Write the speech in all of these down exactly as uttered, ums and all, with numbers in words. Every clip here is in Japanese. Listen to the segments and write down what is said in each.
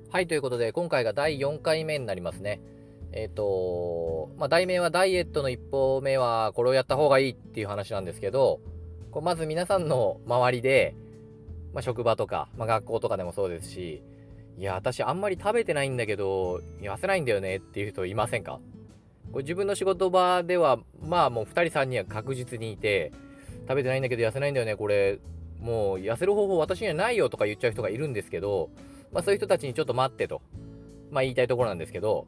はい、ということで、今回がだいよんかいめになりますね。えっ、と、まあ、題名はダイエットの一歩目はこれをやった方がいいっていう話なんですけど、こうまず皆さんの周りで、まあ、職場とか、まあ、学校とかでもそうですし、いや、私あんまり食べてないんだけど、痩せないんだよねっていう人いませんか？これ自分の仕事場では、まあもうふたりさんにんは確実にいて、食べてないんだけど痩せないんだよね、これ、もう痩せる方法私にはないよとか言っちゃう人がいるんですけど、まあそういう人たちにちょっと待ってと、まあ言いたいところなんですけど、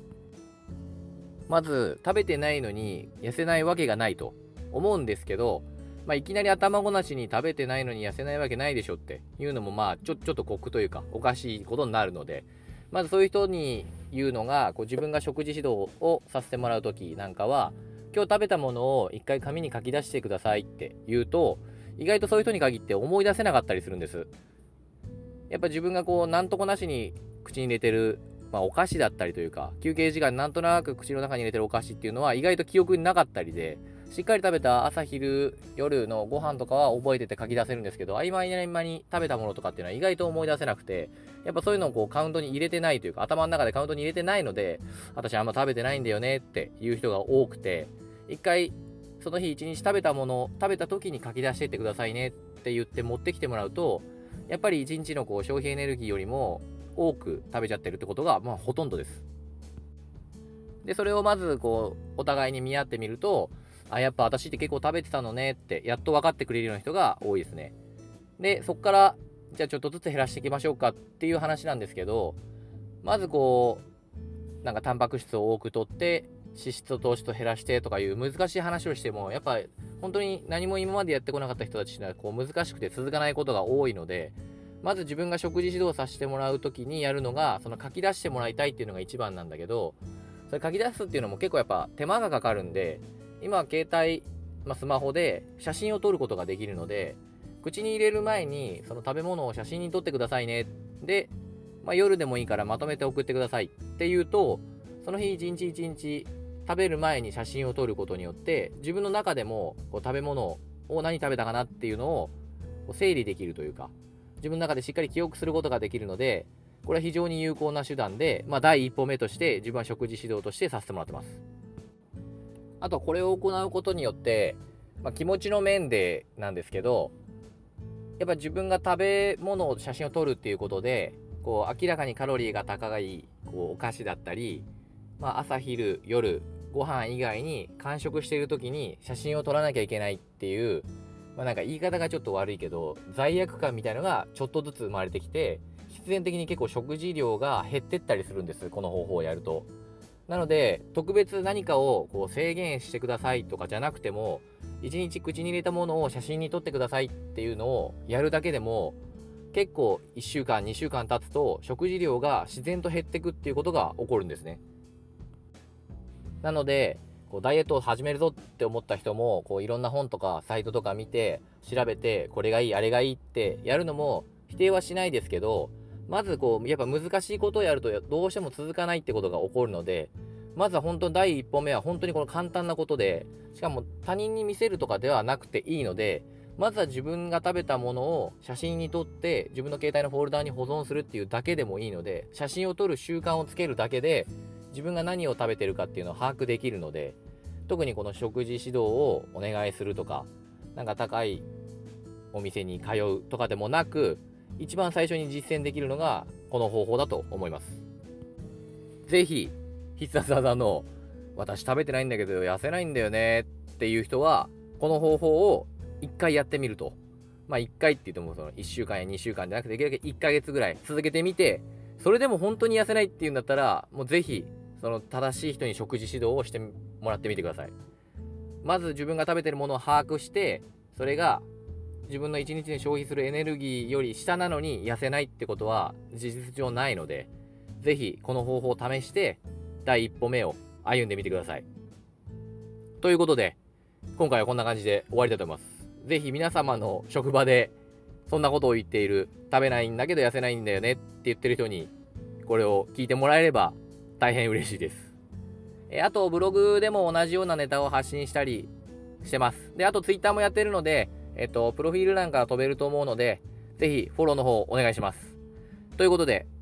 まず食べてないのに痩せないわけがないと思うんですけど、まあ、いきなり頭ごなしに食べてないのに痩せないわけないでしょっていうのもまあちょちょっと酷というかおかしいことになるので、まずそういう人に言うのが、こう自分が食事指導をさせてもらうときなんかは、今日食べたものを一回紙に書き出してくださいって言うと、意外とそういう人に限って思い出せなかったりするんです。やっぱ自分がこうなんとこなしに口に入れてる、まあ、お菓子だったりというか、休憩時間なんとなく口の中に入れてるお菓子っていうのは意外と記憶になかったりで、しっかり食べた朝昼夜のご飯とかは覚えてて書き出せるんですけど、合間合間に食べたものとかっていうのは意外と思い出せなくて、やっぱそういうのをこうカウントに入れてないというか、頭の中でカウントに入れてないので、私あんま食べてないんだよねっていう人が多くて、一回その日一日食べたもの食べた時に書き出していってくださいねって言って持ってきてもらうと、やっぱり一日のこう消費エネルギーよりも多く食べちゃってるってことがまあほとんどです。でそれをまずこうお互いに見合ってみると、あ、やっぱ私って結構食べてたのねってやっと分かってくれるような人が多いですね。でそっからじゃあちょっとずつ減らしていきましょうかっていう話なんですけど、まずこうなんかタンパク質を多くとって脂質と糖質を減らしてとかいう難しい話をしても、やっぱり本当に何も今までやってこなかった人たちにはこう難しくて続かないことが多いので、まず自分が食事指導させてもらうときにやるのが、その書き出してもらいたいっていうのが一番なんだけど、それ書き出すっていうのも結構やっぱ手間がかかるんで、今は携帯、まあ、スマホで写真を撮ることができるので、口に入れる前にその食べ物を写真に撮ってくださいね。で、まあ、夜でもいいからまとめて送ってくださいっていうと、その日一日一日食べる前に写真を撮ることによって、自分の中でもこう食べ物を何食べたかなっていうのを整理できるというか、自分の中でしっかり記憶することができるので、これは非常に有効な手段で、まあ、第一歩目として自分は食事指導としてさせてもらってます。あとこれを行うことによって、まあ、気持ちの面でなんですけど、やっぱ自分が食べ物を写真を撮るっていうことで、こう明らかにカロリーが高いこうお菓子だったり、まあ、朝昼夜ご飯以外に間食している時に写真を撮らなきゃいけないっていう、まあ、なんか言い方がちょっと悪いけど罪悪感みたいのがちょっとずつ生まれてきて、必然的に結構食事量が減ってったりするんです、この方法をやると。なので特別何かをこう制限してくださいとかじゃなくても、一日口に入れたものを写真に撮ってくださいっていうのをやるだけでも、結構いっしゅうかんにしゅうかん経つと食事量が自然と減ってくっていうことが起こるんですね。なのでこうダイエットを始めるぞって思った人も、こういろんな本とかサイトとか見て調べて、これがいいあれがいいってやるのも否定はしないですけど、まずこうやっぱ難しいことをやるとどうしても続かないってことが起こるので、まずは本当に第一歩目は本当にこの簡単なことで、しかも他人に見せるとかではなくていいので、まずは自分が食べたものを写真に撮って自分の携帯のフォルダに保存するっていうだけでもいいので、写真を撮る習慣をつけるだけで自分が何を食べてるかっていうのを把握できるので、特にこの食事指導をお願いするとか、なんか高いお店に通うとかでもなく、一番最初に実践できるのがこの方法だと思います。ぜひ必殺技の私食べてないんだけど痩せないんだよねっていう人は、この方法をいっかいやってみると、まあいっかいって言ってもそのいっしゅうかんやにしゅうかんじゃなくて、できるだけいっかげつぐらい続けてみて、それでも本当に痩せないっていうんだったら、もうぜひその正しい人に食事指導をしてもらってみてください。まず自分が食べてるものを把握して、それが自分のいちにちに消費するエネルギーより下なのに痩せないってことは事実上ないので、ぜひこの方法を試して第一歩目を歩んでみてください。ということで今回はこんな感じで終わりだと思います。ぜひ皆様の職場でそんなことを言っている、食べないんだけど痩せないんだよねって言ってる人にこれを聞いてもらえれば大変嬉しいです。えあとブログでも同じようなネタを発信したりしてます。であとツイッターもやってるので、えっとプロフィール欄から飛べると思うので、ぜひフォローの方お願いします。ということで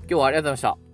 今日はありがとうございました。